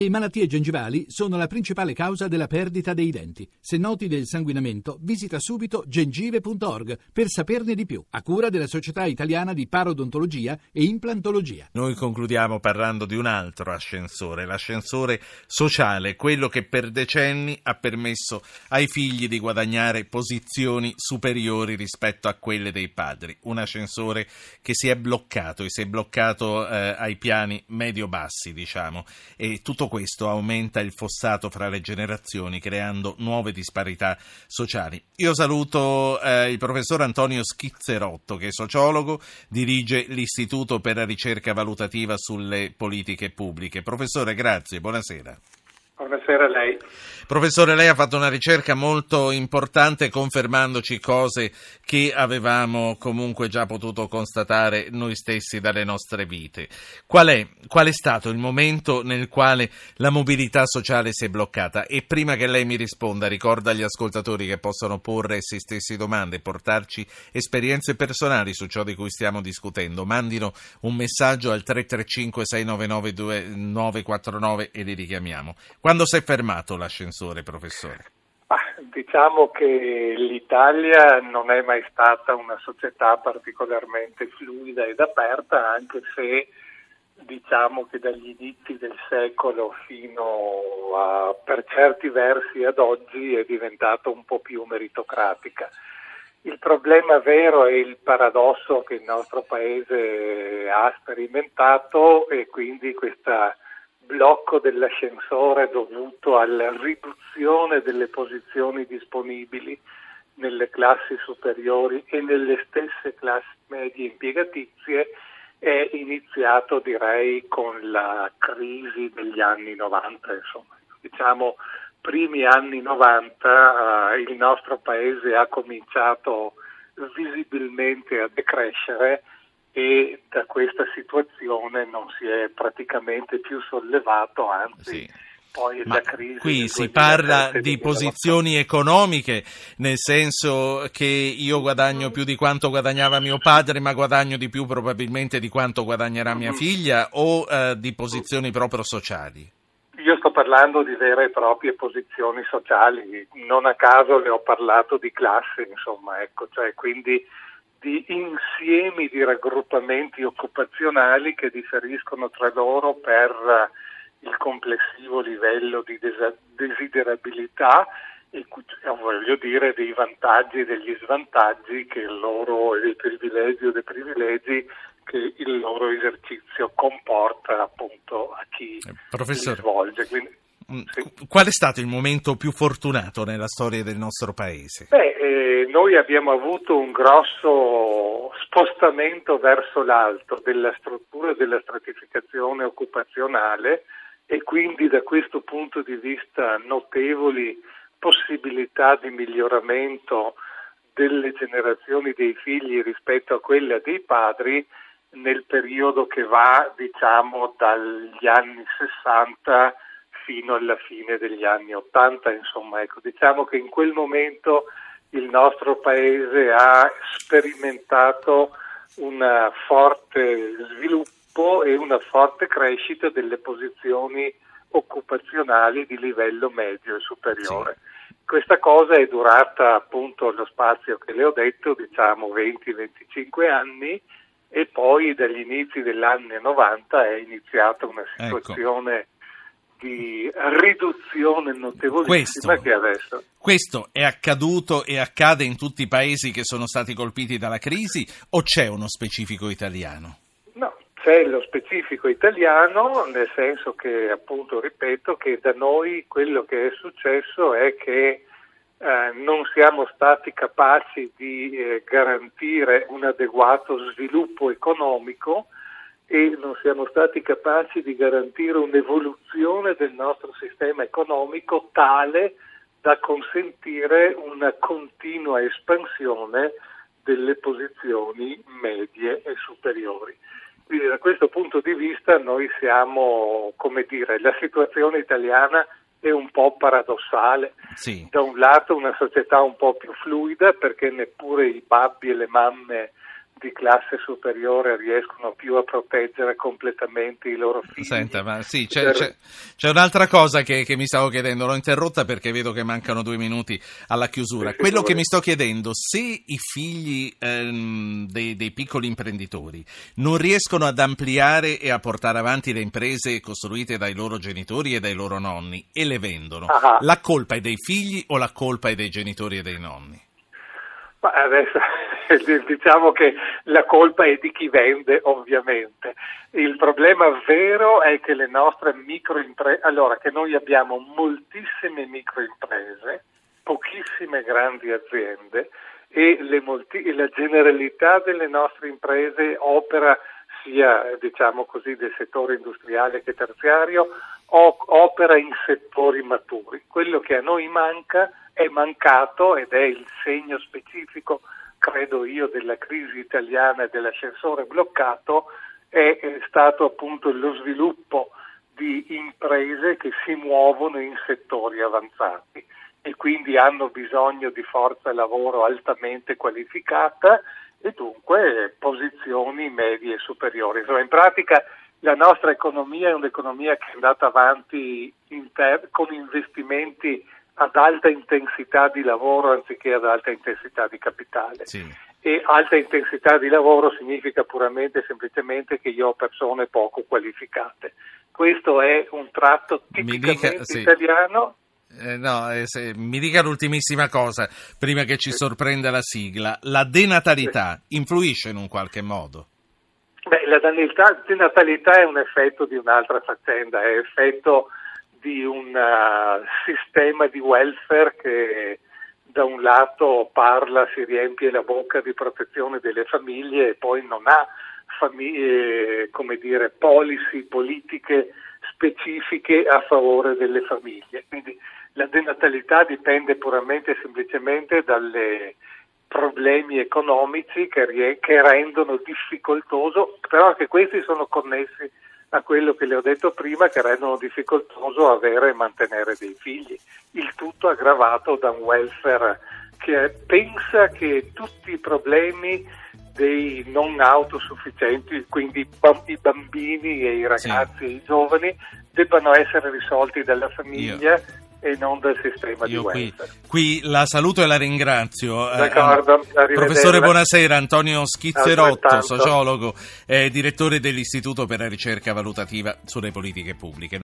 Le malattie gengivali sono la principale causa della perdita dei denti. Se noti del sanguinamento, visita subito gengive.org per saperne di più, a cura della Società Italiana di Parodontologia e Implantologia. Noi concludiamo parlando di un altro ascensore, l'ascensore sociale, quello che per decenni ha permesso ai figli di guadagnare posizioni superiori rispetto a quelle dei padri. Un ascensore che si è bloccato ai piani medio-bassi, diciamo, e tutto questo aumenta il fossato fra le generazioni, creando nuove disparità sociali. Io saluto il professor Antonio Schizzerotto, che è sociologo, dirige l'Istituto per la ricerca valutativa sulle politiche pubbliche. Professore, grazie, buonasera. Buonasera a lei. Professore, lei ha fatto una ricerca molto importante confermandoci cose che avevamo comunque già potuto constatare noi stessi dalle nostre vite. Qual è stato il momento nel quale la mobilità sociale si è bloccata? E prima che lei mi risponda, ricorda agli ascoltatori che possono porre essi stessi domande e portarci esperienze personali su ciò di cui stiamo discutendo. Mandino un messaggio al 335 699 2949 e li richiamiamo. Quando si è fermato l'ascensore, professore? Diciamo che l'Italia non è mai stata una società particolarmente fluida ed aperta, anche se diciamo che dagli inizi del secolo fino a, per certi versi ad oggi, è diventata un po' più meritocratica. Il problema vero è il paradosso che il nostro paese ha sperimentato, e quindi questa blocco dell'ascensore dovuto alla riduzione delle posizioni disponibili nelle classi superiori e nelle stesse classi medie impiegatizie è iniziato, direi, con la crisi degli anni 90, insomma. Diciamo, primi anni 90 il nostro paese ha cominciato visibilmente a decrescere e da questa situazione non si è praticamente più sollevato, anzi poi la crisi. Qui si parla di posizioni economiche, nel senso che io guadagno più di quanto guadagnava mio padre, ma guadagno di più probabilmente di quanto guadagnerà mia figlia, o di posizioni proprio sociali? Io sto parlando di vere e proprie posizioni sociali, non a caso le ho parlato di classe, insomma, ecco, cioè quindi di insiemi di raggruppamenti occupazionali che differiscono tra loro per il complessivo livello di desiderabilità e voglio dire dei vantaggi e degli svantaggi che dei privilegi o dei privilegi che il loro esercizio comporta appunto a chi li svolge. Quindi, qual è stato il momento più fortunato nella storia del nostro paese? Noi abbiamo avuto un grosso spostamento verso l'alto della struttura e della stratificazione occupazionale e quindi da questo punto di vista notevoli possibilità di miglioramento delle generazioni dei figli rispetto a quelle dei padri nel periodo che va, diciamo, dagli anni 60 fino alla fine degli anni 80, insomma, ecco, diciamo che in quel momento il nostro paese ha sperimentato un forte sviluppo e una forte crescita delle posizioni occupazionali di livello medio e superiore. Sì. Questa cosa è durata appunto lo spazio che le ho detto, diciamo 20-25 anni, e poi dagli inizi degli anni 90 è iniziata una situazione di riduzione notevolissima che adesso. Questo è accaduto e accade in tutti i paesi che sono stati colpiti dalla crisi, o c'è uno specifico italiano? No, c'è lo specifico italiano, nel senso che, appunto, ripeto, che da noi quello che è successo è che non siamo stati capaci di garantire un adeguato sviluppo economico e non siamo stati capaci di garantire un'evoluzione del nostro sistema economico tale da consentire una continua espansione delle posizioni medie e superiori. Quindi da questo punto di vista noi siamo, come dire, la situazione italiana è un po' paradossale. Sì. Da un lato una società un po' più fluida, perché neppure i babbi e le mamme di classe superiore riescono più a proteggere completamente i loro figli. Senta, ma sì, c'è un'altra cosa che mi stavo chiedendo, l'ho interrotta perché vedo che mancano 2 minuti alla chiusura. Quello che mi sto chiedendo, se i figli dei piccoli imprenditori non riescono ad ampliare e a portare avanti le imprese costruite dai loro genitori e dai loro nonni e le vendono, la colpa è dei figli o la colpa è dei genitori e dei nonni? Ma adesso diciamo che la colpa è di chi vende, ovviamente. Il problema vero è che le nostre microimprese, allora che noi abbiamo moltissime microimprese, pochissime grandi aziende e la generalità delle nostre imprese opera sia, diciamo così, del settore industriale che terziario, opera in settori maturi. Quello che a noi è mancato ed è il segno specifico, credo io, della crisi italiana e dell'ascensore bloccato, è stato appunto lo sviluppo di imprese che si muovono in settori avanzati e quindi hanno bisogno di forza lavoro altamente qualificata e dunque posizioni medie e superiori. Insomma, in pratica la nostra economia è un'economia che è andata avanti con investimenti ad alta intensità di lavoro anziché ad alta intensità di capitale. Sì. E alta intensità di lavoro significa puramente e semplicemente che io ho persone poco qualificate. Questo è un tratto tipicamente italiano. Mi dica l'ultimissima cosa, prima che ci sorprenda la sigla. La denatalità influisce in un qualche modo? La denatalità è un effetto di un'altra faccenda, è effetto di un sistema di welfare che da un lato si riempie la bocca di protezione delle famiglie e poi non ha policy, politiche specifiche a favore delle famiglie. Quindi la denatalità dipende puramente e semplicemente dai problemi economici che rendono difficoltoso, però anche questi sono connessi a quello che le ho detto prima, che rendono difficoltoso avere e mantenere dei figli. Il tutto aggravato da un welfare che pensa che tutti i problemi dei non autosufficienti, quindi i bambini e i ragazzi e i giovani, debbano essere risolti dalla famiglia e non dal sistema di welfare. Qui la saluto e la ringrazio. D'accordo, professore, buonasera. Antonio Schizzerotto, sociologo, direttore dell'Istituto per la ricerca valutativa sulle politiche pubbliche.